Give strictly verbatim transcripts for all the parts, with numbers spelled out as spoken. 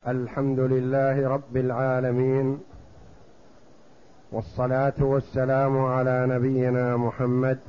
الحمد لله رب العالمين، والصلاة والسلام على نبينا محمد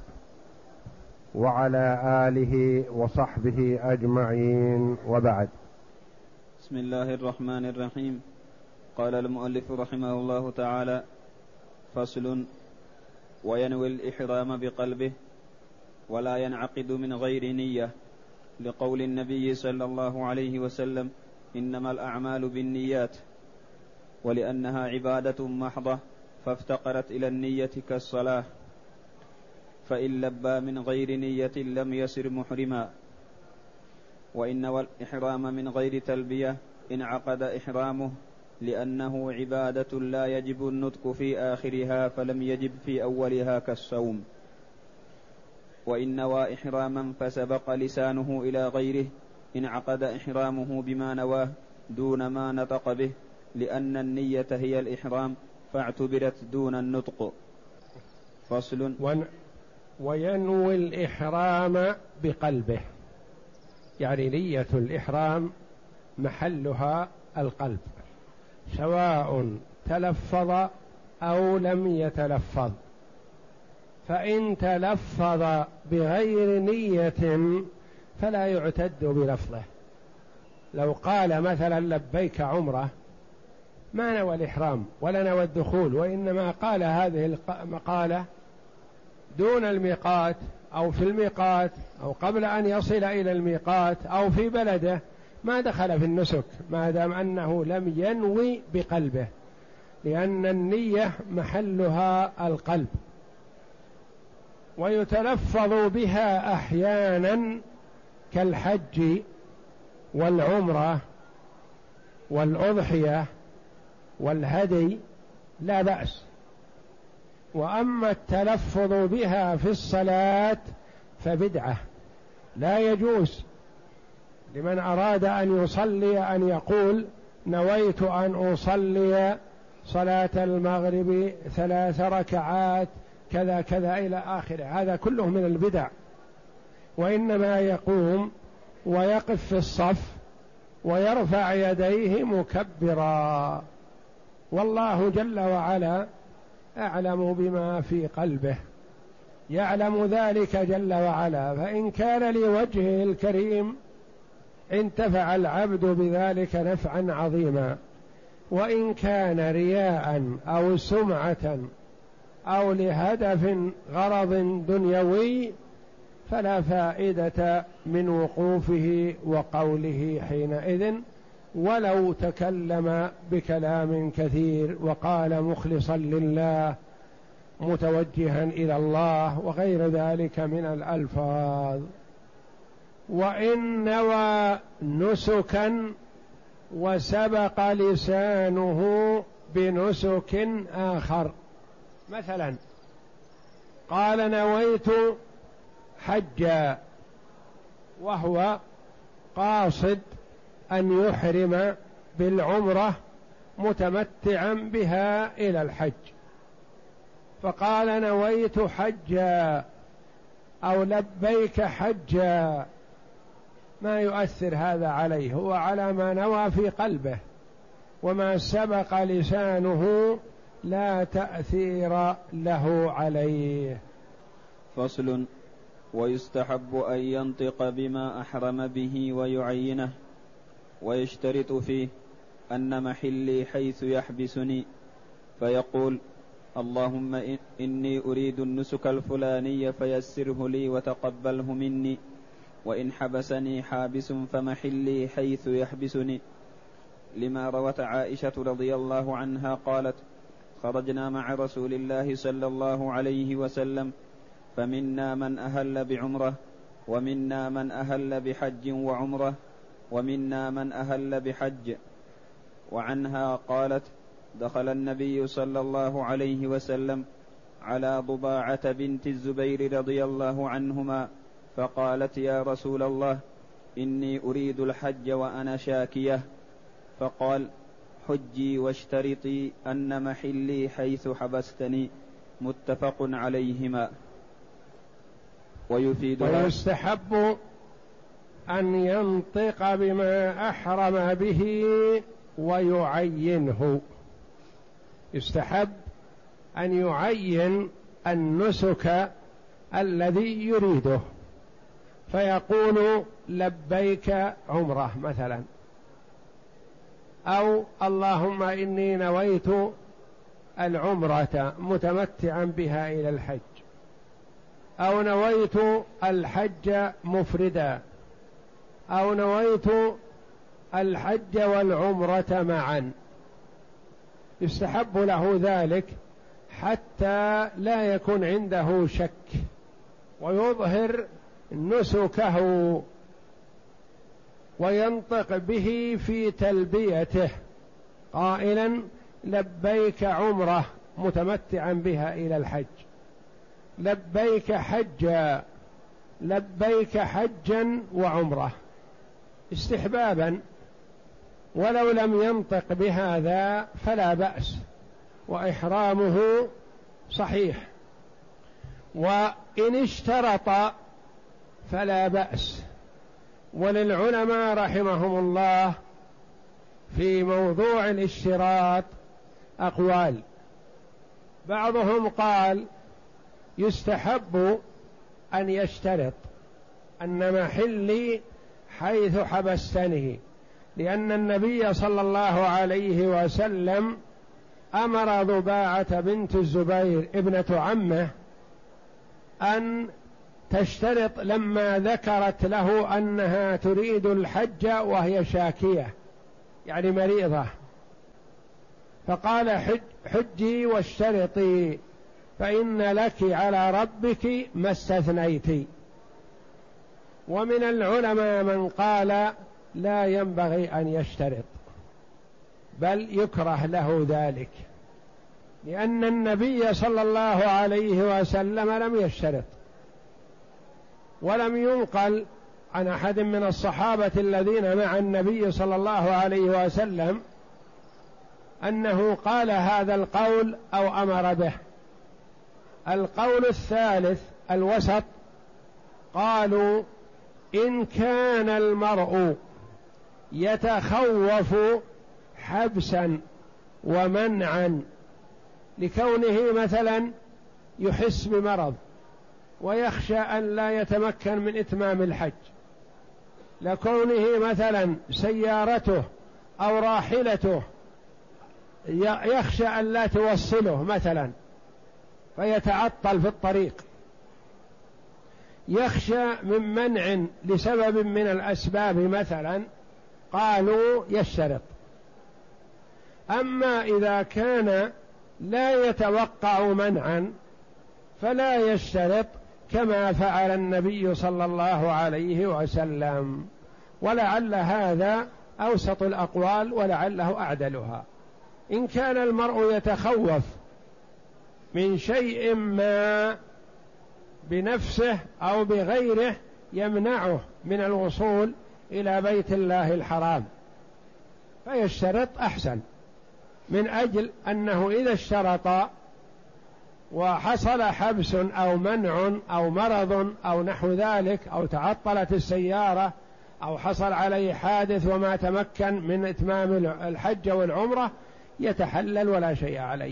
وعلى آله وصحبه أجمعين، وبعد. بسم الله الرحمن الرحيم. قال المؤلف رحمه الله تعالى: فصل: وينوي الإحرام بقلبه ولا ينعقد من غير نية، لقول النبي صلى الله عليه وسلم: إنما الأعمال بالنيات، ولأنها عبادة محضة فافتقرت إلى النية كالصلاة، فإن لبى من غير نية لم يصر محرما. وإن والإحرام من غير تلبية انعقد إحرامه، لأنه عبادة لا يجب النطق في آخرها فلم يجب في أولها كالصوم. وإن نوى إحراما فسبق لسانه إلى غيره انعقد إحرامه بما نواه دون ما نطق به، لأن النية هي الإحرام فاعتبرت دون النطق. فصل: وينوي الإحرام بقلبه، يعني نية الإحرام محلها القلب، سواء تلفظ أو لم يتلفظ. فإن تلفظ بغير نية فلا يعتد بلفظه. لو قال مثلا لبيك عمره ما نوى الإحرام ولا نوى الدخول، وإنما قال هذه المقالة دون الميقات أو في الميقات أو قبل أن يصل إلى الميقات أو في بلده، ما دخل في النسك ما دام أنه لم ينوي بقلبه، لأن النية محلها القلب. ويتلفظ بها أحيانا كالحج والعمرة والأضحية والهدي، لا بأس. وأما التلفظ بها في الصلاة فبدعة، لا يجوز لمن أراد أن يصلي أن يقول: نويت أن أصلي صلاة المغرب ثلاث ركعات كذا كذا إلى آخره. هذا كله من البدع. وإنما يقوم ويقف في الصف ويرفع يديه مكبرا، والله جل وعلا أعلم بما في قلبه، يعلم ذلك جل وعلا. فإن كان لوجهه الكريم انتفع العبد بذلك نفعا عظيما، وإن كان رياء أو سمعة أو لهدف غرض دنيوي فلا فائدة من وقوفه وقوله حينئذ، ولو تكلم بكلام كثير وقال مخلصا لله متوجها إلى الله وغير ذلك من الألفاظ. وإن نوى نسكا وسبق لسانه بنسك آخر، مثلا قال نويت حجا وهو قاصد أن يحرم بالعمرة متمتعا بها إلى الحج، فقال نويت حجا أو لبيك حجا، ما يؤثر هذا عليه، هو على ما نوى في قلبه، وما سبق لسانه لا تأثير له عليه. فصل: ويستحب أن ينطق بما أحرم به ويعينه، ويشترط فيه أن محلي حيث يحبسني، فيقول: اللهم إني أريد النسك الفلاني فيسره لي وتقبله مني، وإن حبسني حابس فمحلي حيث يحبسني. لما روت عائشة رضي الله عنها قالت: خرجنا مع رسول الله صلى الله عليه وسلم فمنا من أهل بعمرة، ومنا من أهل بحج وعمرة، ومنا من أهل بحج. وعنها قالت: دخل النبي صلى الله عليه وسلم على ضباعة بنت الزبير رضي الله عنهما فقالت: يا رسول الله إني أريد الحج وأنا شاكية. فقال: حجي واشترطي أن محلي حيث حبستني. متفق عليهما. ويستحب أن ينطق بما أحرم به ويعينه. يستحب أن يعين النسك الذي يريده، فيقول لبيك عمرة مثلا، أو اللهم إني نويت العمرة متمتعا بها إلى الحج، أو نويت الحج مفردا، أو نويت الحج والعمرة معا. يستحب له ذلك حتى لا يكون عنده شك، ويظهر نسكه وينطق به في تلبيته قائلا لبيك عمرة متمتعا بها إلى الحج، لبيك حجا، لبيك حجا وعمرة، استحبابا. ولو لم ينطق بهذا فلا بأس، وإحرامه صحيح. وإن اشترط فلا بأس. وللعلماء رحمهم الله في موضوع الاشتراط أقوال. بعضهم قال يستحب أن يشترط أن محلي حيث حبستني، لأن النبي صلى الله عليه وسلم أمر ضباعة بنت الزبير ابنة عمه أن تشترط لما ذكرت له أنها تريد الحج وهي شاكية يعني مريضة، فقال حج حجي واشترطي فإن لك على ربك ما استثنيت. ومن العلماء من قال لا ينبغي أن يشترط، بل يكره له ذلك، لأن النبي صلى الله عليه وسلم لم يشترط، ولم ينقل عن أحد من الصحابة الذين مع النبي صلى الله عليه وسلم أنه قال هذا القول أو أمر به. القول الثالث الوسط، قالوا إن كان المرء يتخوف حبسا ومنعا لكونه مثلا يحس بمرض ويخشى أن لا يتمكن من إتمام الحج، لكونه مثلا سيارته أو راحلته يخشى أن لا توصله مثلا فيتعطل في الطريق، يخشى من منع لسبب من الأسباب مثلا، قالوا يشترط. أما إذا كان لا يتوقع منعا فلا يشترط، كما فعل النبي صلى الله عليه وسلم. ولعل هذا أوسط الأقوال ولعله أعدلها. إن كان المرء يتخوف من شيء ما بنفسه أو بغيره يمنعه من الوصول إلى بيت الله الحرام فيشترط أحسن، من أجل أنه إذا اشترط وحصل حبس أو منع أو مرض أو نحو ذلك، أو تعطلت السيارة أو حصل عليه حادث وما تمكن من إتمام الحج والعمرة، يتحلل ولا شيء عليه.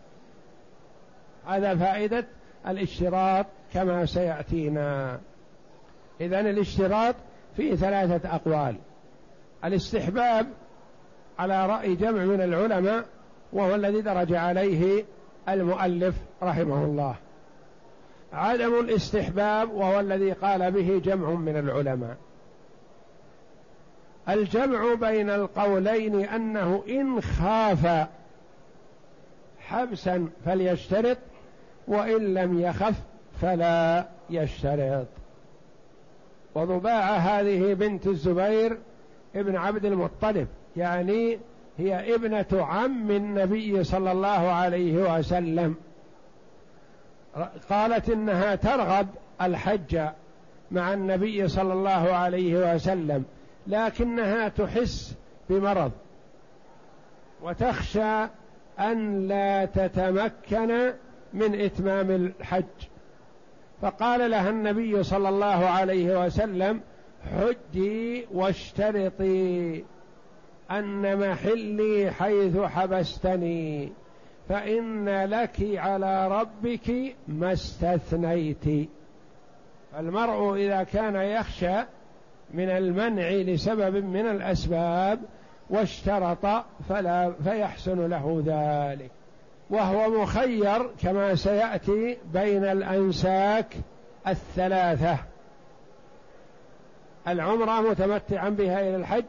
هذا فائدة الاشتراط كما سيأتينا. إذن الاشتراط فيه ثلاثة أقوال. الاستحباب على رأي جمع من العلماء، وهو الذي درج عليه المؤلف رحمه الله. عدم الاستحباب وهو الذي قال به جمع من العلماء. الجمع بين القولين أنه إن خاف حبسا فليشترط، وإن لم يخف فلا يشترط. وضباعة هذه بنت الزبير ابن عبد المطلب، يعني هي ابنة عم النبي صلى الله عليه وسلم، قالت إنها ترغب الحج مع النبي صلى الله عليه وسلم، لكنها تحس بمرض وتخشى أن لا تتمكن من إتمام الحج، فقال لها النبي صلى الله عليه وسلم حجي واشترطي، أن محلي حيث حبستني فإن لك على ربك ما استثنيت. المرء إذا كان يخشى من المنع لسبب من الأسباب واشترط فلا فيحسن له ذلك، وهو مخير كما سيأتي بين الأنساك الثلاثة: العمرة متمتعا بها إلى الحج،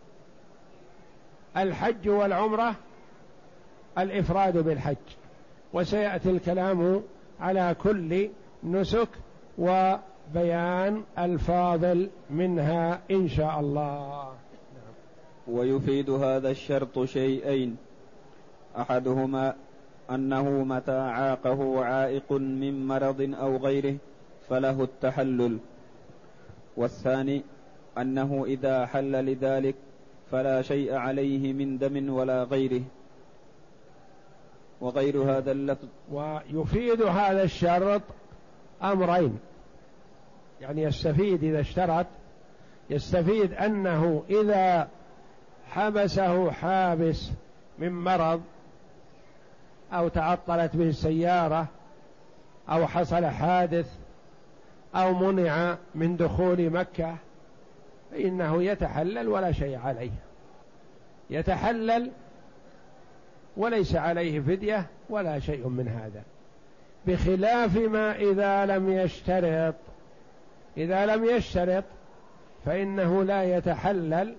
الحج والعمرة، الإفراد بالحج. وسيأتي الكلام على كل نسك وبيان الفاضل منها إن شاء الله. ويفيد هذا الشرط شيئين: أحدهما أنه متى عاقه عائق من مرض أو غيره فله التحلل، والثاني أنه إذا حل لذلك فلا شيء عليه من دم ولا غيره. وغير هذا اللفظ. ويفيد هذا الشرط أمرين، يعني يستفيد إذا اشترط، يستفيد أنه إذا حبسه حابس من مرض أو تعطلت به السيارة أو حصل حادث أو منع من دخول مكة فإنه يتحلل ولا شيء عليه، يتحلل وليس عليه فدية ولا شيء من هذا، بخلاف ما إذا لم يشترط. إذا لم يشترط فإنه لا يتحلل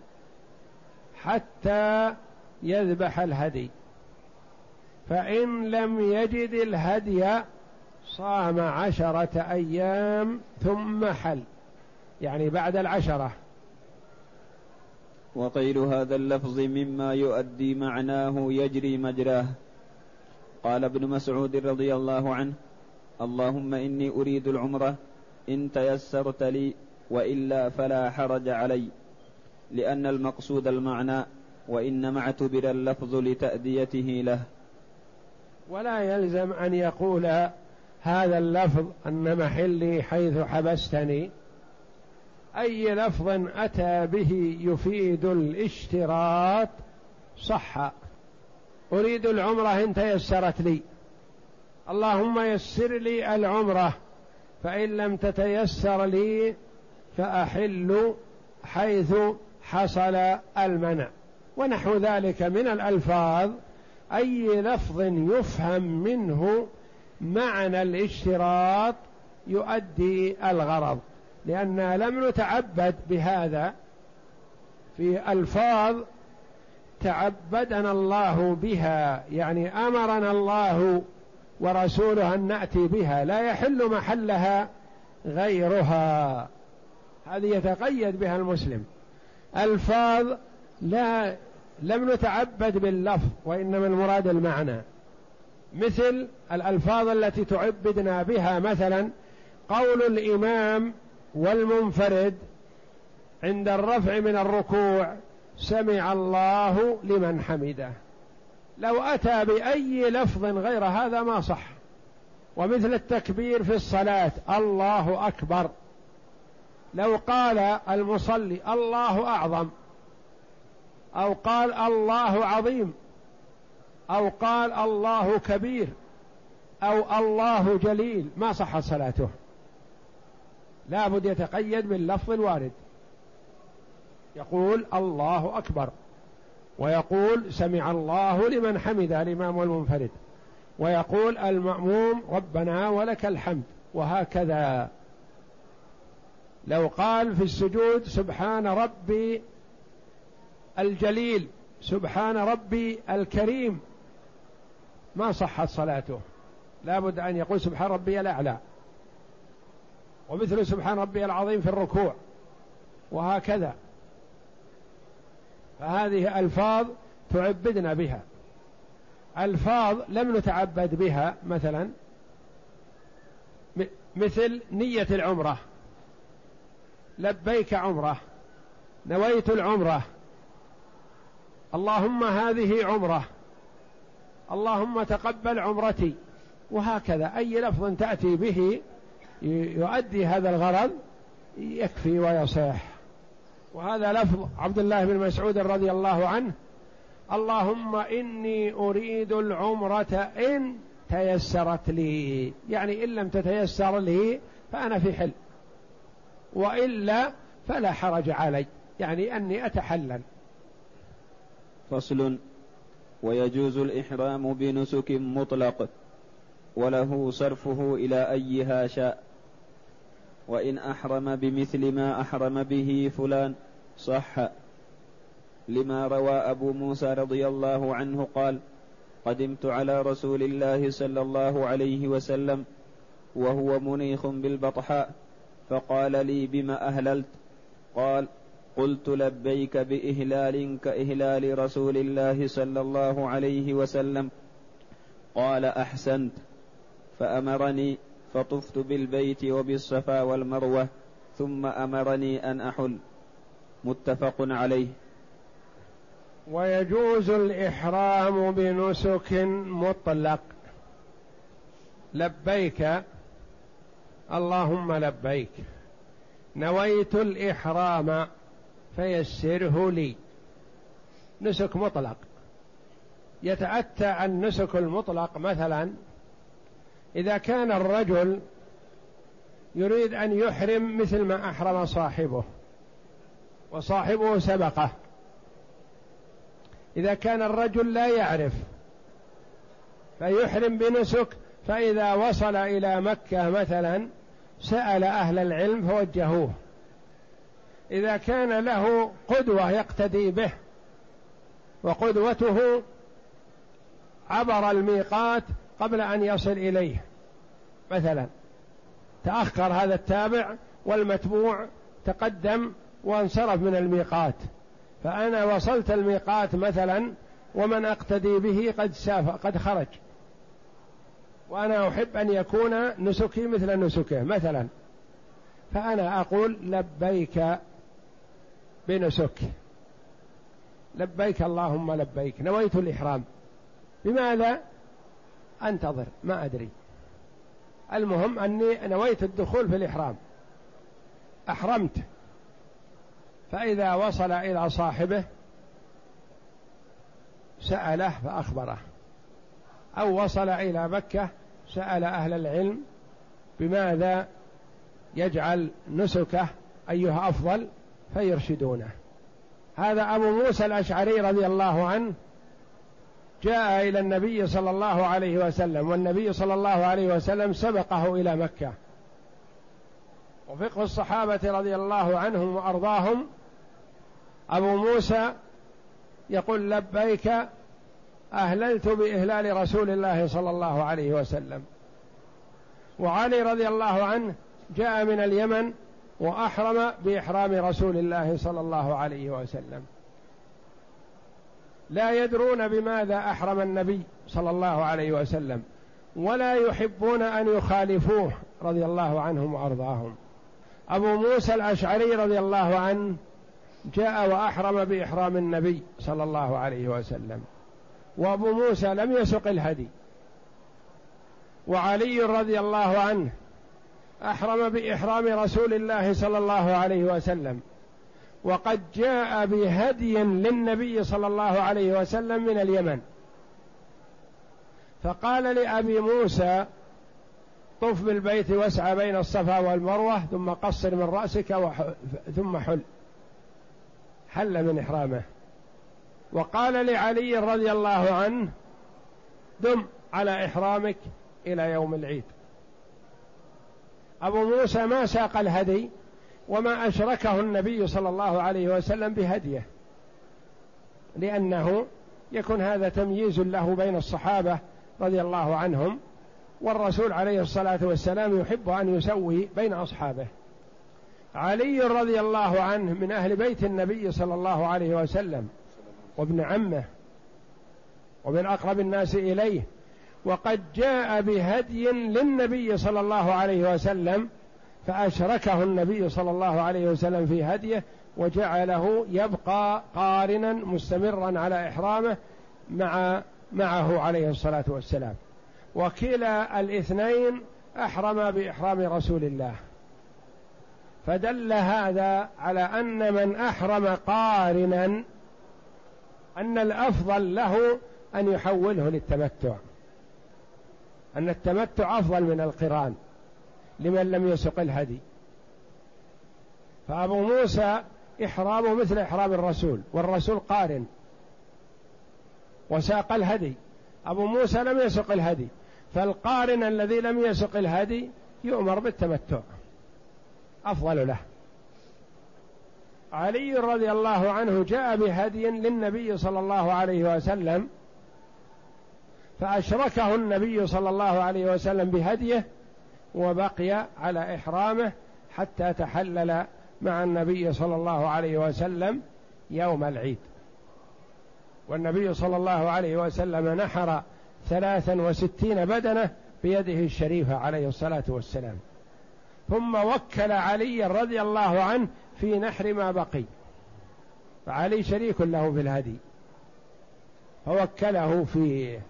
حتى يذبح الهدي، فإن لم يجد الهدي صام عشرة أيام ثم حل، يعني بعد العشرة. وغير هذا اللفظ مما يؤدي معناه يجري مجراه. قال ابن مسعود رضي الله عنه: اللهم إني أريد العمرة إن تيسرت لي، وإلا فلا حرج علي، لأن المقصود المعنى، وإنما اعتبر اللفظ لتأديته له. ولا يلزم أن يقول هذا اللفظ أن محلي حيث حبستني، أي لفظ أتى به يفيد الاشتراط صح. أريد العمرة إن تيسرت لي، اللهم يسر لي العمرة، فإن لم تتيسر لي فأحل حيث حصل المنع، ونحو ذلك من الألفاظ. أي لفظ يفهم منه معنى الاشتراط يؤدي الغرض، لأننا لم نتعبد بهذا في ألفاظ تعبدنا الله بها، يعني أمرنا الله ورسوله أن نأتي بها، لا يحل محلها غيرها، هذه يتقيد بها المسلم. ألفاظ لا لم نتعبد باللفظ، وإنما المراد المعنى، مثل الألفاظ التي تعبدنا بها، مثلا قول الإمام والمنفرد عند الرفع من الركوع: سمع الله لمن حمده. لو أتى بأي لفظ غير هذا ما صح. ومثل التكبير في الصلاة: الله أكبر، لو قال المصلي الله أعظم، أو قال الله عظيم، أو قال الله كبير، أو الله جليل، ما صحت صلاته. لا بد يتقيد باللفظ الوارد، يقول الله أكبر، ويقول سمع الله لمن حمده الإمام والمنفرد، ويقول المأموم ربنا ولك الحمد، وهكذا. لو قال في السجود سبحان ربي الجليل، سبحان ربي الكريم، ما صحت صلاته، لا بد أن يقول سبحان ربي الأعلى، ومثل سبحان ربي العظيم في الركوع، وهكذا. فهذه ألفاظ تعبدنا بها. ألفاظ لم نتعبد بها، مثلا مثل نية العمرة: لبيك عمرة، نويت العمرة، اللهم هذه عمرة، اللهم تقبل عمرتي، وهكذا. أي لفظ تأتي به يؤدي هذا الغرض يكفي ويصح. وهذا لفظ عبد الله بن مسعود رضي الله عنه: اللهم إني أريد العمرة إن تيسرت لي، يعني إن لم تتيسر لي فأنا في حل، وإلا فلا حرج علي، يعني أني أتحلل. فصل: ويجوز الإحرام بنسك مطلق، وله صرفه إلى أيها شاء، وإن أحرم بمثل ما أحرم به فلان صح، لما روى أبو موسى رضي الله عنه قال: قدمت على رسول الله صلى الله عليه وسلم وهو منيخ بالبطحاء، فقال لي: بما أهللت؟ قال: قلت: لبيك بإهلال كإهلال رسول الله صلى الله عليه وسلم. قال: أحسنت. فأمرني فطفت بالبيت وبالصفا والمروة، ثم أمرني أن أحل. متفق عليه. ويجوز الإحرام بنسك مطلق. لبيك اللهم لبيك، نويت الإحرام فيسره لي، نسك مطلق. يتأتى النسك المطلق مثلا إذا كان الرجل يريد أن يحرم مثل ما أحرم صاحبه وصاحبه سبقه، إذا كان الرجل لا يعرف فيحرم بنسك، فإذا وصل إلى مكة مثلا سأل أهل العلم فوجهوه. إذا كان له قدوة يقتدي به وقدوته عبر الميقات قبل أن يصل إليه، مثلا تأخر هذا التابع والمتبوع تقدم وانصرف من الميقات، فأنا وصلت الميقات مثلا ومن أقتدي به قد سافر قد خرج، وأنا أحب أن يكون نسكي مثل نسكه مثلا، فأنا أقول لبيك بنسك، لبيك اللهم لبيك، نويت الإحرام. بماذا؟ أنتظر ما أدري، المهم أني نويت الدخول في الإحرام، أحرمت. فإذا وصل إلى صاحبه سأله فأخبره، أو وصل إلى مكة سأل أهل العلم بماذا يجعل نسكه أيها أفضل فيرشدونه. هذا أبو موسى الأشعري رضي الله عنه جاء إلى النبي صلى الله عليه وسلم، والنبي صلى الله عليه وسلم سبقه إلى مكة. وفقه الصحابة رضي الله عنهم وأرضاهم، أبو موسى يقول لبيك أهللت بإهلال رسول الله صلى الله عليه وسلم. وعلي رضي الله عنه جاء من اليمن وأحرم بإحرام رسول الله صلى الله عليه وسلم، لا يدرون بماذا أحرم النبي صلى الله عليه وسلم، ولا يحبون أن يخالفوه رضي الله عنهم وأرضاهم. أبو موسى الأشعري رضي الله عنه جاء وأحرم بإحرام النبي صلى الله عليه وسلم، وأبو موسى لم يسق الهدي. وعلي رضي الله عنه أحرم بإحرام رسول الله صلى الله عليه وسلم، وقد جاء بهدي للنبي صلى الله عليه وسلم من اليمن، فقال لأبي موسى طف بالبيت واسعى بين الصفا والمروة ثم قصر من رأسك وح... ثم حل، حل من إحرامه. وقال لعلي رضي الله عنه دم على إحرامك إلى يوم العيد. أبو موسى ما ساق الهدي وما أشركه النبي صلى الله عليه وسلم بهديه، لأنه يكون هذا تمييز له بين الصحابة رضي الله عنهم، والرسول عليه الصلاة والسلام يحب أن يسوي بين أصحابه. علي رضي الله عنه من أهل بيت النبي صلى الله عليه وسلم وابن عمه ومن أقرب الناس إليه، وقد جاء بهدي للنبي صلى الله عليه وسلم، فأشركه النبي صلى الله عليه وسلم في هديه وجعله يبقى قارنا مستمرا على إحرامه مع معه عليه الصلاة والسلام. وكلا الاثنين أحرم بإحرام رسول الله، فدل هذا على أن من أحرم قارنا أن الأفضل له أن يحوله للتمتع، أن التمتع أفضل من القران لمن لم يسق الهدي. فأبو موسى إحرامه مثل إحرام الرسول، والرسول قارن وساق الهدي، أبو موسى لم يسق الهدي، فالقارن الذي لم يسق الهدي يؤمر بالتمتع أفضل له. علي رضي الله عنه جاء بهدي للنبي صلى الله عليه وسلم، فأشركه النبي صلى الله عليه وسلم بهديه وبقي على إحرامه حتى تحلل مع النبي صلى الله عليه وسلم يوم العيد. والنبي صلى الله عليه وسلم نحر ثلاثا وستين بدنة بيده الشريفة عليه الصلاة والسلام، ثم وكل علي رضي الله عنه في نحر ما بقي، فعلي شريك له في الهدي فوكله فيه.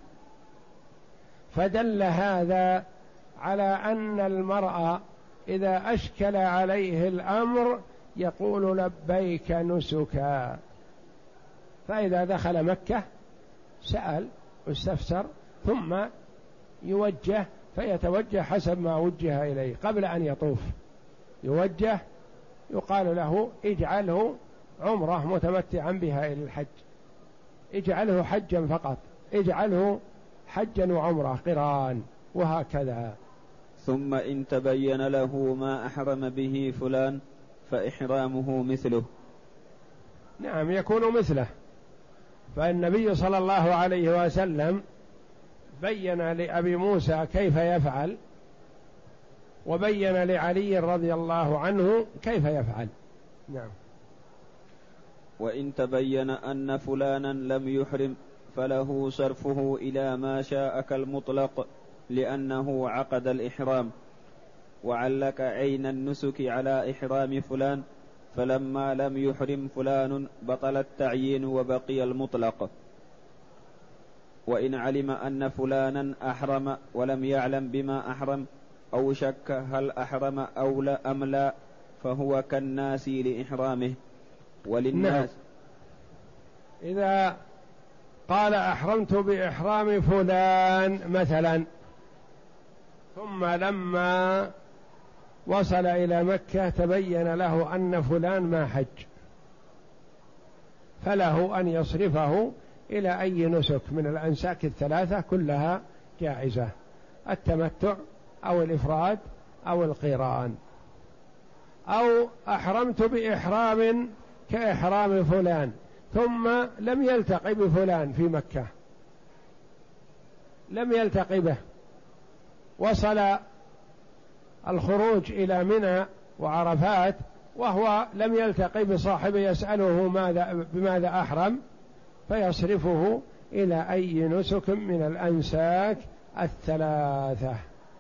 فدل هذا على أن المرء إذا أشكل عليه الأمر يقول لبيك نسكا، فإذا دخل مكة سأل واستفسر ثم يوجه، فيتوجه حسب ما وجه إليه قبل أن يطوف، يوجه يقال له اجعله عمره متمتعا بها إلى الحج، اجعله حجا فقط، اجعله حجا وعمره قران، وهكذا. ثم إن تبين له ما أحرم به فلان فإحرامه مثله. نعم يكون مثله. فالنبي صلى الله عليه وسلم بين لأبي موسى كيف يفعل، وبين لعلي رضي الله عنه كيف يفعل. نعم. وإن تبين أن فلانا لم يحرم فله صرفه إلى ما شاء كالمطلق، لأنه عقد الإحرام وعلق عين النسك على إحرام فلان، فلما لم يحرم فلان بطل التعيين وبقي المطلق. وإن علم أن فلانا أحرم ولم يعلم بما أحرم أو شك هل أحرم أو لا أم لا فهو كالناس لإحرامه. وللناس إذا قال أحرمت بإحرام فلان مثلا، ثم لما وصل إلى مكة تبين له أن فلان ما حج، فله أن يصرفه إلى أي نسك من الأنساك الثلاثة كلها جائزة، التمتع أو الإفراد أو القران. أو أحرمت بإحرام كإحرام فلان ثم لم يلتقي بفلان في مكة، لم يلتقي به، وصل الخروج إلى منى وعرفات وهو لم يلتقي بصاحبه يسأله ماذا بماذا أحرم، فيصرفه إلى أي نسك من الأنساك الثلاثة.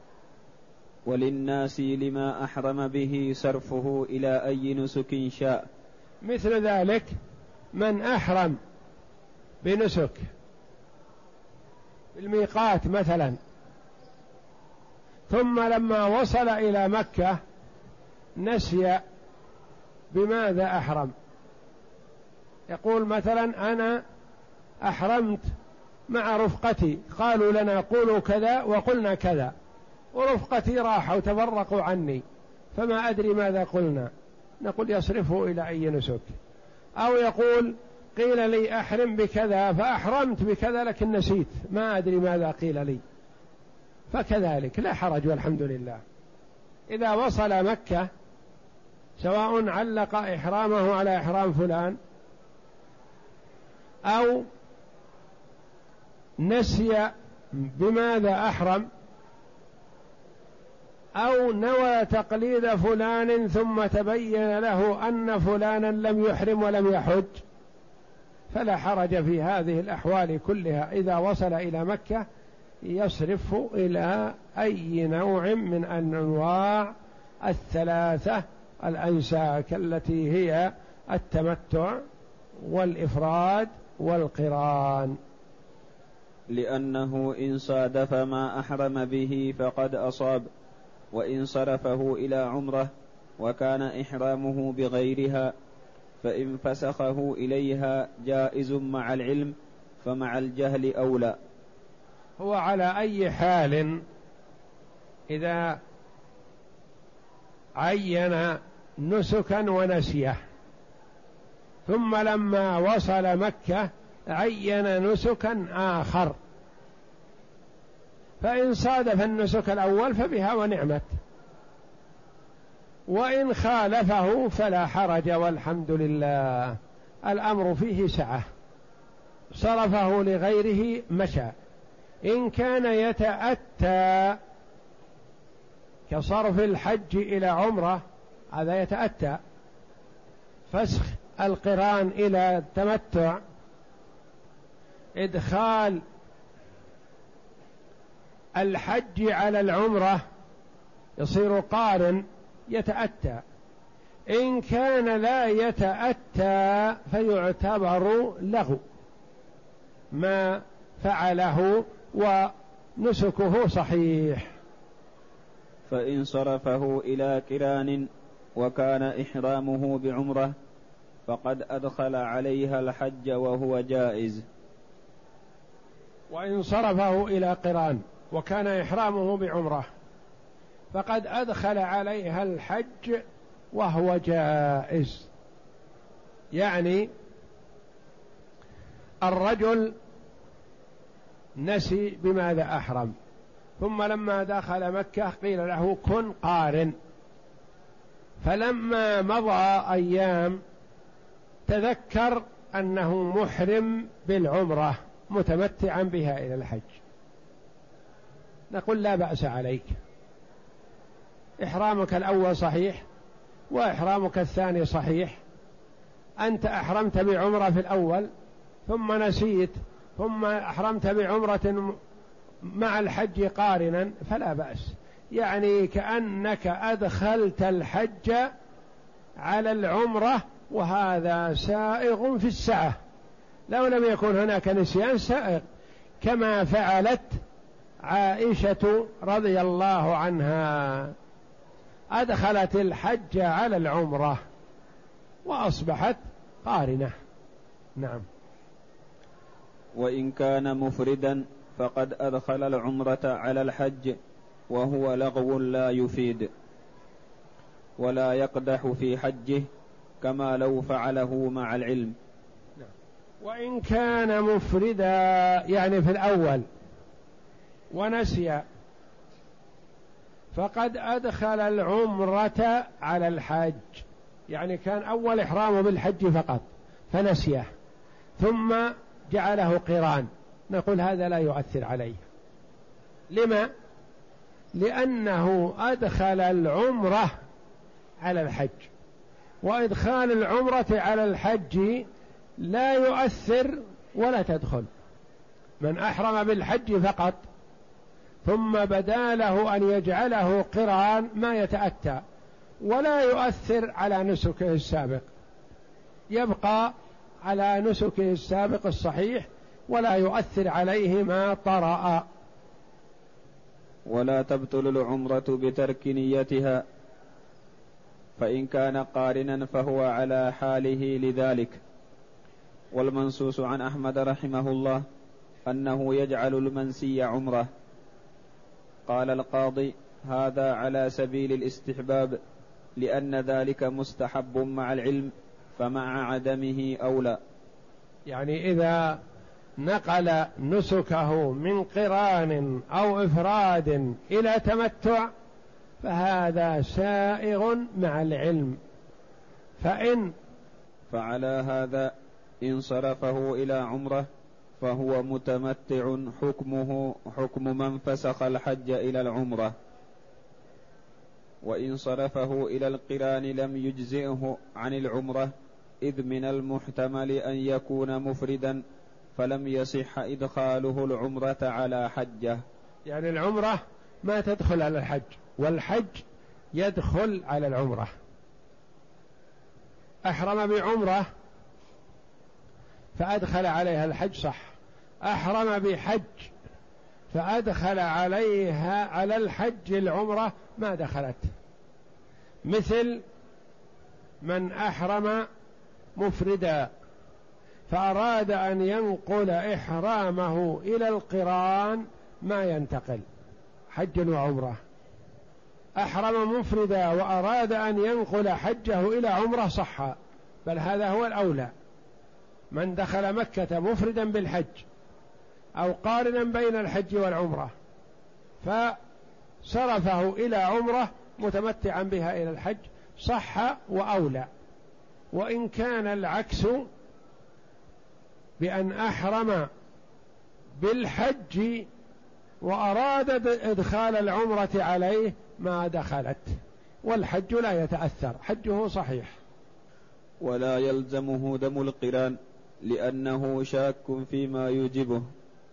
وللناس لما أحرم به صرفه إلى أي نسك شاء. مثل ذلك من أحرم بنسك الميقات مثلا، ثم لما وصل إلى مكة نسي بماذا أحرم، يقول مثلا أنا أحرمت مع رفقتي، قالوا لنا قولوا كذا وقلنا كذا، ورفقتي راحوا تفرقوا عني فما أدري ماذا قلنا، نقول يصرفه إلى أي نسك. أو يقول قيل لي أحرم بكذا فأحرمت بكذا لكن نسيت ما أدري ماذا قيل لي، فكذلك لا حرج والحمد لله. إذا وصل مكة سواء علق إحرامه على إحرام فلان أو نسي بماذا أحرم أو نوى تقليد فلان ثم تبين له أن فلانا لم يحرم ولم يحج، فلا حرج في هذه الأحوال كلها. إذا وصل إلى مكة يصرف إلى أي نوع من أنواع الثلاثة الأنساك التي هي التمتع والإفراد والقران، لأنه إن صادف ما أحرم به فقد أصاب، وإن صرفه إلى عمره وكان إحرامه بغيرها، فإن فسخه إليها جائز مع العلم، فمع الجهل أولى. هو على أي حال إذا عين نسكا ونسيه، ثم لما وصل مكة عين نسكا آخر، فإن صادف النسك الأول فبها ونعمت، وإن خالفه فلا حرج والحمد لله، الأمر فيه سعة. صرفه لغيره مشى. إن كان يتأتى كصرف الحج إلى عمرة، هذا يتأتى، فسخ القران إلى التمتع، إدخال الحج على العمرة يصير قارن، يتأتى. إن كان لا يتأتى فيعتبر لغو ما فعله ونسكه صحيح. فإن صرفه إلى قران وكان إحرامه بعمرة فقد أدخل عليها الحج وهو جائز. وإن صرفه إلى قران وكان إحرامه بعمرة فقد أدخل عليها الحج وهو جائز. يعني الرجل نسي بماذا أحرم، ثم لما دخل مكة قيل له كن قارن، فلما مضى أيام تذكر أنه محرم بالعمرة متمتعا بها إلى الحج، نقول لا بأس عليك، إحرامك الأول صحيح وإحرامك الثاني صحيح، أنت أحرمت بعمرة في الأول ثم نسيت ثم أحرمت بعمرة مع الحج قارنا فلا بأس، يعني كأنك أدخلت الحج على العمرة، وهذا سائغ في السعة، لو لم يكن هناك نسيان سائغ، كما فعلت عائشة رضي الله عنها، أدخلت الحج على العمرة وأصبحت قارنة. نعم. وإن كان مفردا فقد أدخل العمرة على الحج وهو لغو لا يفيد ولا يقدح في حجه، كما لو فعله مع العلم. وإن كان مفردا يعني في الأول ونسي فقد أدخل العمرة على الحج، يعني كان أول إحرامه بالحج فقط فنسيه ثم جعله قران، نقول هذا لا يؤثر عليه. لما؟ لأنه أدخل العمرة على الحج، وإدخال العمرة على الحج لا يؤثر ولا تدخل. من أحرم بالحج فقط ثم بدا له أن يجعله قران ما يتأتى ولا يؤثر على نسكه السابق، يبقى على نسكه السابق الصحيح ولا يؤثر عليه ما طرأ. ولا تبطل العمرة بترك نيتها، فإن كان قارنا فهو على حاله لذلك. والمنصوص عن أحمد رحمه الله أنه يجعل المنسي عمره. قال القاضي: هذا على سبيل الاستحباب، لأن ذلك مستحب مع العلم، فمع عدمه أولى. يعني إذا نقل نسكه من قران أو إفراد إلى تمتع فهذا سائغ مع العلم. فإن فعلى هذا إن صرفه إلى عمره فهو متمتع، حكمه حكم من فسخ الحج إلى العمرة. وإن صرفه إلى القران لم يجزئه عن العمرة، إذ من المحتمل أن يكون مفردا فلم يصح إدخاله العمرة على حجه. يعني العمرة ما تدخل على الحج والحج يدخل على العمرة. أحرم بعمرة فأدخل عليها الحج صح، أحرم بحج فأدخل عليها على الحج العمرة ما دخلت. مثل من أحرم مفردا فأراد أن ينقل إحرامه إلى القران ما ينتقل حج وعمرة، أحرم مفردا وأراد أن ينقل حجه إلى عمرة صح، بل هذا هو الأولى. من دخل مكة مفردا بالحج أو قارنا بين الحج والعمرة فصرفه إلى عمرة متمتعا بها إلى الحج صح وأولى. وإن كان العكس بأن أحرم بالحج وأراد إدخال العمرة عليه ما دخلت، والحج لا يتأثر، حجه صحيح. ولا يلزمه دم القران لأنه شاك فيما يوجبه،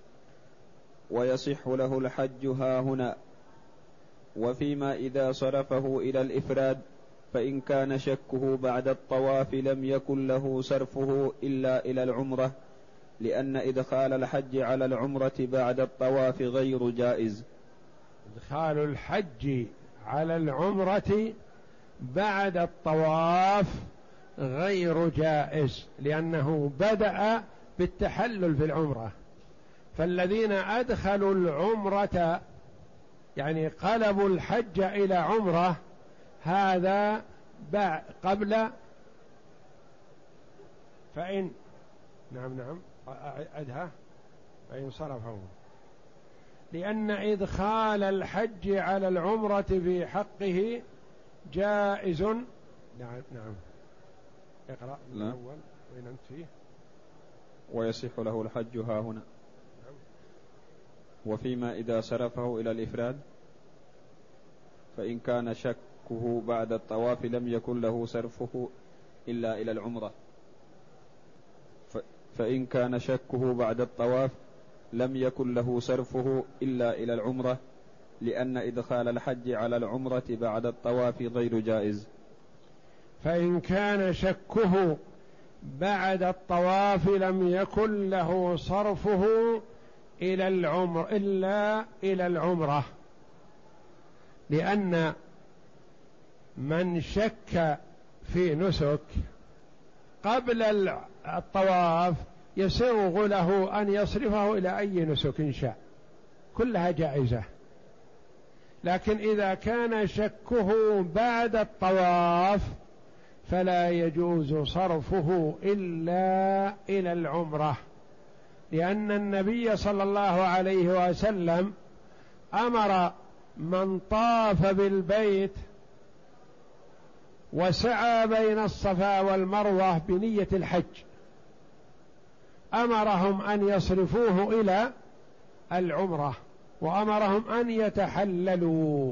ويصح له الحج ها هنا. وفيما إذا صرفه إلى الإفراد فإن كان شكه بعد الطواف لم يكن له صرفه إلا إلى العمرة، لأن إدخال الحج على العمرة بعد الطواف غير جائز. إدخال الحج على العمرة بعد الطواف غير جائز، لأنه بدأ بالتحلل في العمرة. فالذين أدخلوا العمرة يعني قلبوا الحج إلى عمرة هذا قبل فإن نعم نعم أدها فإن صرفه، لأن إدخال الحج على العمرة في حقه جائز. نعم نعم اقرأ من الأول وين أنت فيه. ويصح له الحج ها هنا. نعم. وفيما إذا صرفه إلى الإفراد فإن كان شكه بعد الطواف لم يكن له صرفه إلا إلى العمرة. فإن كان شكه بعد الطواف لم يكن له صرفه إلا إلى العمرة، لأن إدخال الحج على العمرة بعد الطواف غير جائز. فإن كان شكه بعد الطواف لم يكن له صرفه إلى العمر إلا إلى العمرة، لأن من شك في نسك قبل الطواف يسوغ له أن يصرفه إلى أي نسك شاء، كلها جائزة. لكن إذا كان شكه بعد الطواف فلا يجوز صرفه إلا إلى العمرة، لأن النبي صلى الله عليه وسلم أمر من طاف بالبيت وسعى بين الصفا والمروة بنية الحج أمرهم أن يصرفوه إلى العمرة، وأمرهم أن يتحللوا.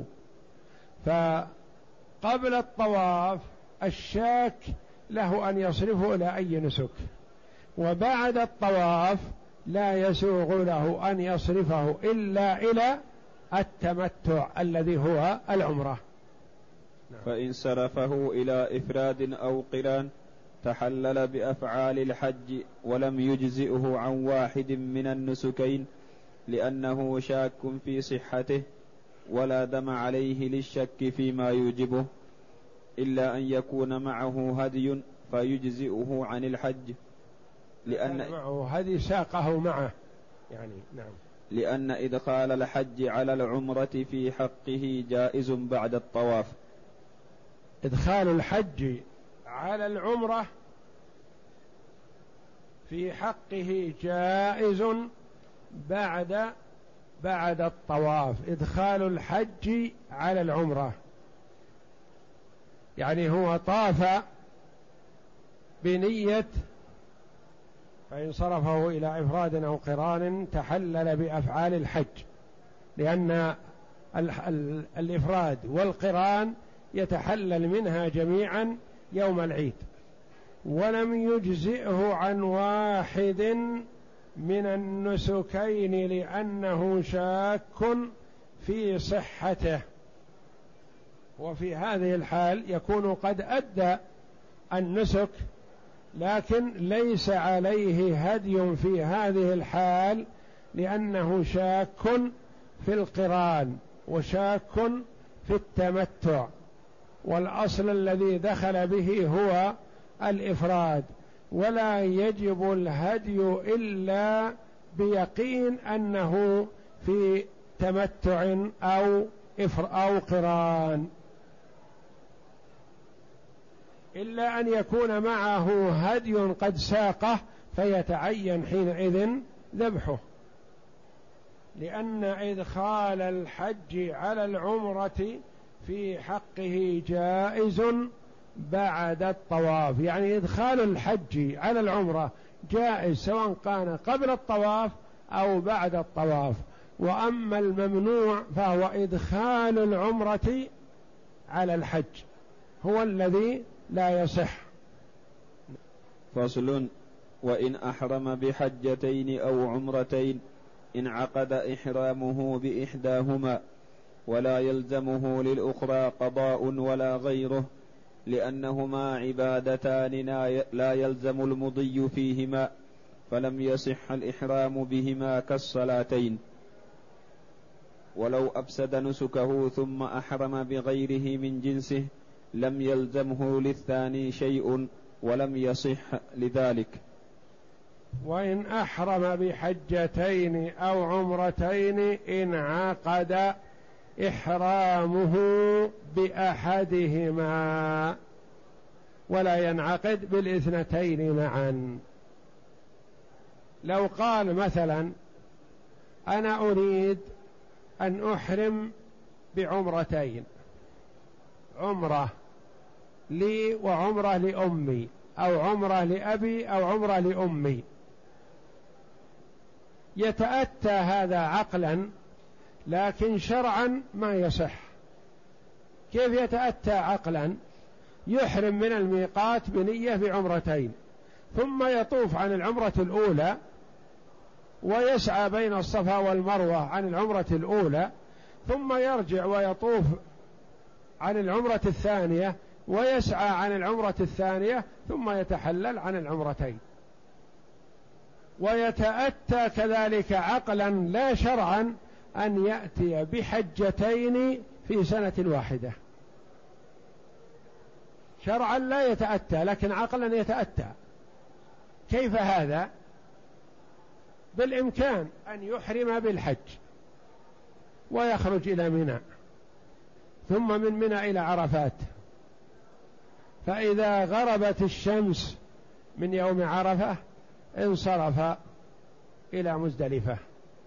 فقبل الطواف الشاك له أن يصرفه إلى أي نسك، وبعد الطواف لا يسوغ له أن يصرفه إلا إلى التمتع الذي هو العمرة. فإن صرفه إلى إفراد أو قران تحلل بأفعال الحج ولم يجزئه عن واحد من النسكين، لأنه شاك في صحته ولا دم عليه للشك فيما يوجبه، إلا أن يكون معه هدي فيجزئه عن الحج، لأن معه هدي ساقه معه يعني نعم. لأن إدخال الحج على العمرة في حقه جائز بعد الطواف. إدخال الحج على العمرة في حقه جائز بعد بعد الطواف. إدخال الحج على العمرة يعني هو طاف بنية، فإن صرفه إلى إفراد أو قران تحلل بأفعال الحج، لأن الإفراد والقران يتحلل منها جميعا يوم العيد، ولم يجزئه عن واحد من النسكين لأنه شاك في صحته. وفي هذه الحال يكون قد أدى النسك لكن ليس عليه هدي في هذه الحال، لأنه شاك في القران وشاك في التمتع، والأصل الذي دخل به هو الإفراد، ولا يجب الهدي إلا بيقين أنه في تمتع أو إفر أو قران، إلا أن يكون معه هدي قد ساقه فيتعين حينئذ ذبحه، لأن إدخال الحج على العمرة في حقه جائز بعد الطواف، يعني إدخال الحج على العمرة جائز سواء كان قبل الطواف أو بعد الطواف، وأما الممنوع فهو إدخال العمرة على الحج هو الذي لا يصح. فصل: وإن أحرم بحجتين أو عمرتين انعقد إحرامه بإحداهما ولا يلزمه للأخرى قضاء ولا غيره، لأنهما عبادتان لا يلزم المضي فيهما، فلم يصح الإحرام بهما كالصلاتين. ولو أفسد نسكه ثم أحرم بغيره من جنسه لم يلزمه للثاني شيء ولم يصح لذلك. وإن أحرم بحجتين أو عمرتين انعقد إحرامه بأحدهما ولا ينعقد بالاثنتين معا. لو قال مثلا: أنا أريد أن أحرم بعمرتين، عمرة لي وعمرة لأمي، أو عمرة لأبي أو عمرة لأمي، يتأتى هذا عقلا لكن شرعا ما يصح. كيف يتأتى عقلا؟ يحرم من الميقات بنية بعمرتين، ثم يطوف عن العمرة الأولى ويسعى بين الصفا والمروة عن العمرة الأولى، ثم يرجع ويطوف عن العمرة الثانية ويسعى عن العمرة الثانية، ثم يتحلل عن العمرتين. ويتأتى كذلك عقلا لا شرعا أن يأتي بحجتين في سنة واحدة. شرعا لا يتأتى لكن عقلا يتأتى. كيف هذا؟ بالإمكان أن يحرم بالحج ويخرج إلى منى، ثم من منى إلى عرفات، فإذا غربت الشمس من يوم عرفة انصرف إلى مزدلفة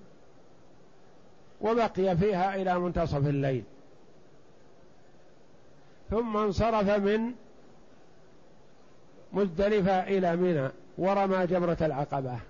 وبقي فيها إلى منتصف الليل، ثم انصرف من مزدلفة إلى منى ورمى جمرة العقبة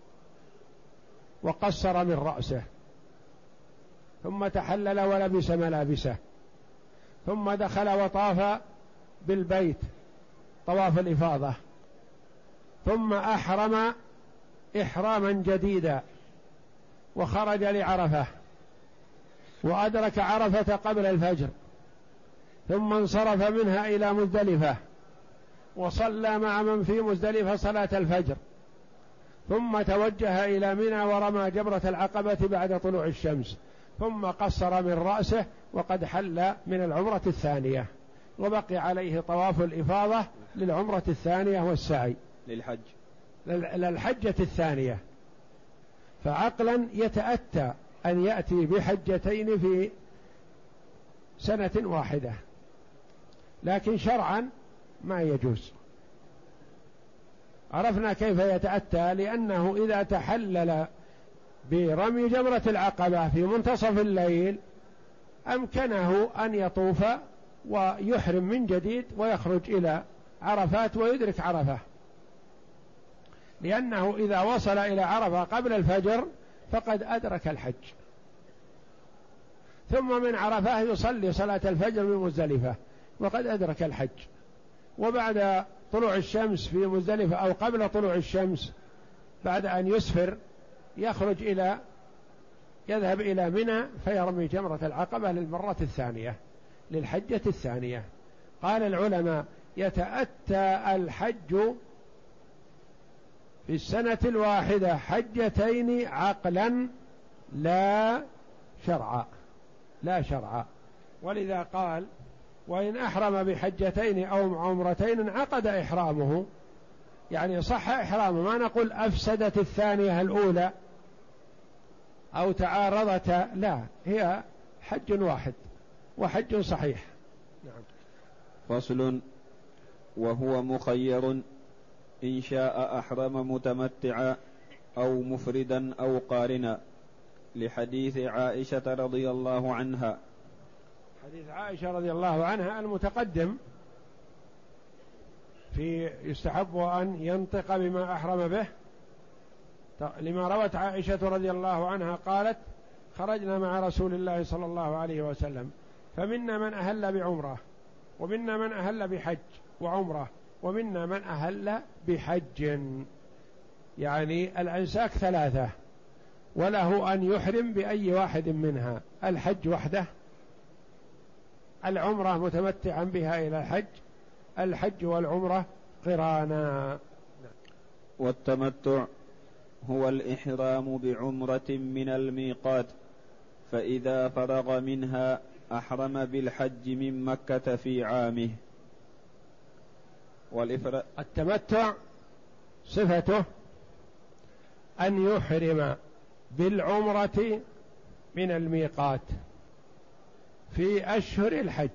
وقصر من رأسه، ثم تحلل ولبس ملابسه، ثم دخل وطاف بالبيت طواف الإفاضة، ثم أحرم إحراما جديدا وخرج لعرفة وأدرك عرفة قبل الفجر، ثم انصرف منها إلى مزدلفة وصلى مع من في مزدلفة صلاة الفجر، ثم توجه إلى منى ورمى جمرة العقبة بعد طلوع الشمس، ثم قصر من رأسه وقد حل من العمرة الثانية، وبقي عليه طواف الإفاضة للعمرة الثانية والسعي للحج للحجة الثانية. فعقلا يتأتى أن يأتي بحجتين في سنة واحدة، لكن شرعا ما يجوز. عرفنا كيف يتأتى، لأنه إذا تحلل برمي جمرة العقبة في منتصف الليل أمكنه أن يطوف ويحرم من جديد ويخرج إلى عرفات ويدرك عرفة، لأنه إذا وصل إلى عرفة قبل الفجر فقد أدرك الحج، ثم من عرفة يصلي صلاة الفجر بمزدلفة وقد أدرك الحج، وبعد طلوع الشمس في مزدلفة أو قبل طلوع الشمس بعد أن يسفر يخرج إلى يذهب إلى منى فيرمي جمرة العقبة للمرة الثانية للحجة الثانية. قال العلماء: يتأتى الحج في السنة الواحدة حجتين عقلا لا شرعا لا شرعا ولذا قال وإن أحرم بحجتين أو عمرتين انعقد إحرامه، يعني صح إحرامه، ما نقول أفسدت الثانية الأولى أو تعارضتا، لا، هي حج واحد وحج صحيح. نعم. فصل. وهو مخير إن شاء أحرم متمتعا أو مفردا أو قارنا، لحديث عائشة رضي الله عنها. حديث عائشة رضي الله عنها المتقدم في يستحب أن ينطق بما أحرم به، لما روت عائشة رضي الله عنها قالت: خرجنا مع رسول الله صلى الله عليه وسلم فمنا من أهل بعمرة ومنا من أهل بحج وعمرة ومنا من أهل بحج، يعني الأنساك ثلاثة، وله أن يحرم بأي واحد منها: الحج وحده، العمرة متمتعا بها إلى الحج، الحج والعمرة قرانا. والتمتع هو الإحرام بعمرة من الميقات، فإذا فرغ منها أحرم بالحج من مكة في عامه. والإفراد التمتع صفته أن يحرم بالعمرة من الميقات في أشهر الحج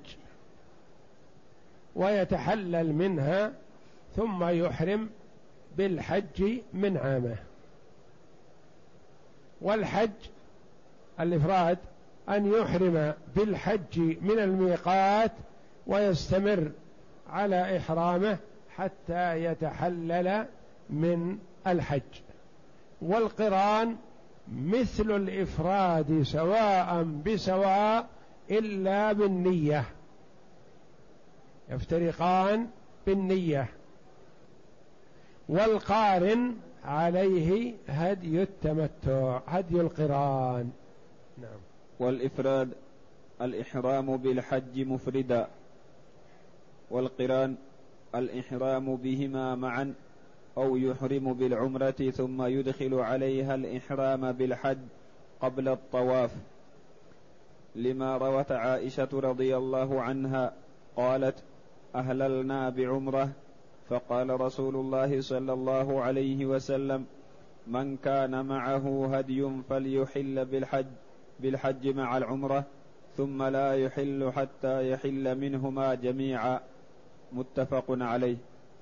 ويتحلل منها ثم يحرم بالحج من عامه. والحج الإفراد أن يحرم بالحج من الميقات ويستمر على إحرامه حتى يتحلل من الحج. والقران مثل الإفراد سواء بسواء إلا بالنية، يفترقان بالنية. والقارن عليه هدي التمتع، هدي القران. نعم. والإفراد الإحرام بالحج مفردا، والقران الإحرام بهما معا، أو يحرم بالعمرة ثم يدخل عليها الإحرام بالحج قبل الطواف، لما روت عائشة رضي الله عنها قالت: أهللنا بعمرة، فقال رسول الله صلى الله عليه وسلم: من كان معه هدي فليحل بالحج بالحج مع العمرة، ثم لا يحل حتى يحل منهما جميعا. متفق عليه.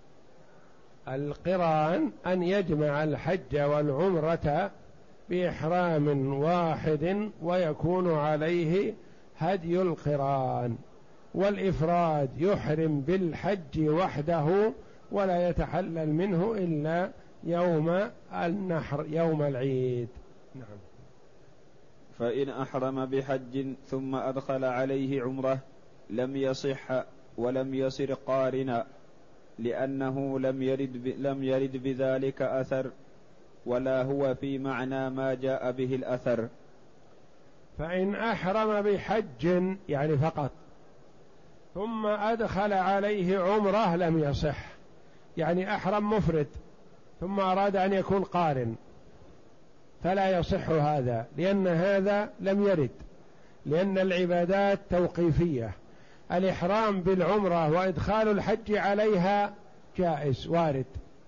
القران أن يجمع الحج والعمرة بإحرام واحد ويكون عليه هدي القران. والإفراد يحرم بالحج وحده ولا يتحلل منه إلا يوم النحر، يوم العيد. نعم. فإن أحرم بحج ثم أدخل عليه عمرة لم يصح ولم يصر قارنا، لأنه لم يرد, ب... لم يرد بذلك أثر، ولا هو في معنى ما جاء به الأثر. فإن أحرم بحج يعني فقط ثم أدخل عليه عمرة لم يصح، يعني أحرم مفرد ثم أراد أن يكون قارن، فلا يصح هذا، لأن هذا لم يرد، لأن العبادات توقيفية. الإحرام بالعمرة وإدخال الحج عليها جائز وارد،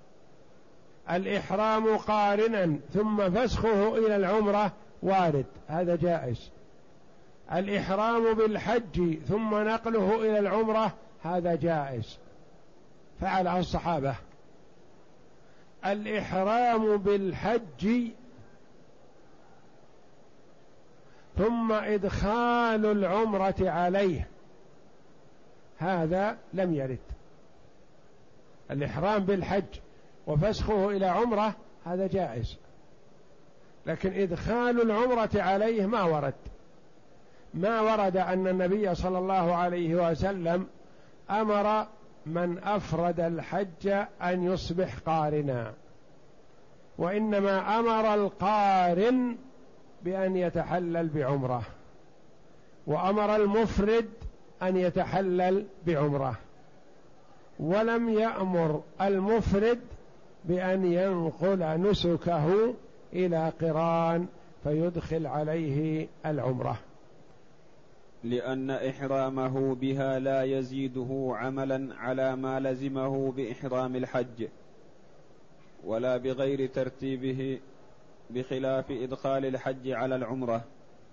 الإحرام قارنا ثم فسخه إلى العمرة وارد، هذا جائز. الإحرام بالحج ثم نقله إلى العمرة هذا جائز، فعله الصحابة. الإحرام بالحج ثم إدخال العمرة عليه هذا لم يرد. الإحرام بالحج وفسخه إلى عمرة هذا جائز، لكن إدخال العمرة عليه ما ورد. ما ورد أن النبي صلى الله عليه وسلم أمر من أفرد الحج أن يصبح قارنا، وإنما أمر القارن بأن يتحلل بعمرة، وأمر المفرد أن يتحلل بعمرة، ولم يأمر المفرد بأن ينقل نسكه إلى قران فيدخل عليه العمرة. لأن إحرامه بها لا يزيده عملا على ما لزمه بإحرام الحج ولا بغير ترتيبه، بخلاف إدخال الحج على العمرة.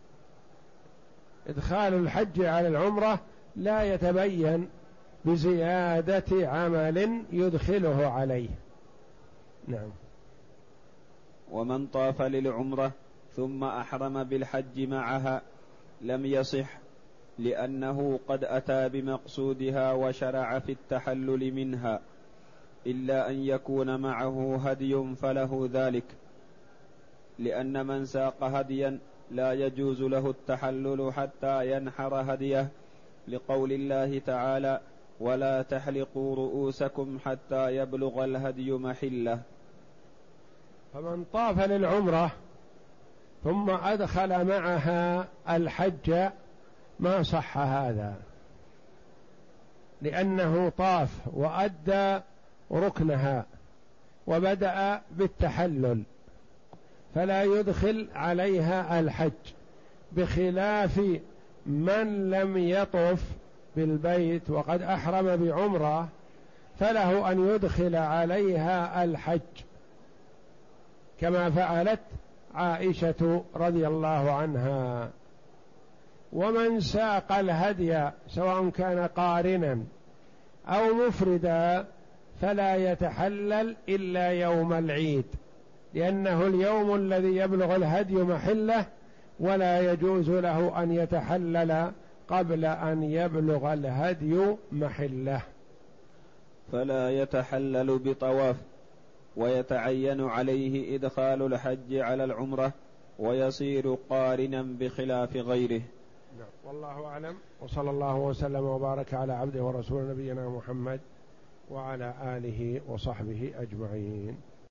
إدخال الحج على العمرة لا يتبين بزيادة عمل يدخله عليه. نعم. ومن طاف للعمرة ثم أحرم بالحج معها لم يصح، لأنه قد أتى بمقصودها وشرع في التحلل منها، إلا أن يكون معه هدي فله ذلك، لأن من ساق هديا لا يجوز له التحلل حتى ينحر هديه، لقول الله تعالى: ولا تحلقوا رؤوسكم حتى يبلغ الهدي محله. فمن طاف للعمرة ثم أدخل معها الحج ما صح هذا، لأنه طاف وأدى ركنها وبدأ بالتحلل، فلا يدخل عليها الحج، بخلاف من لم يطف بالبيت وقد أحرم بعمرة فله أن يدخل عليها الحج، كما فعلت عائشة رضي الله عنها. ومن ساق الهدي سواء كان قارنا أو مفردا فلا يتحلل إلا يوم العيد، لأنه اليوم الذي يبلغ الهدي محله، ولا يجوز له أن يتحلل قبل أن يبلغ الهدي محله. فلا يتحلل بطواف، ويتعين عليه إدخال الحج على العمرة، ويصير قارنا بخلاف غيره. نعم. والله أعلم، وصلى الله وسلم وبارك على عبده ورسول نبينا محمد وعلى آله وصحبه أجمعين.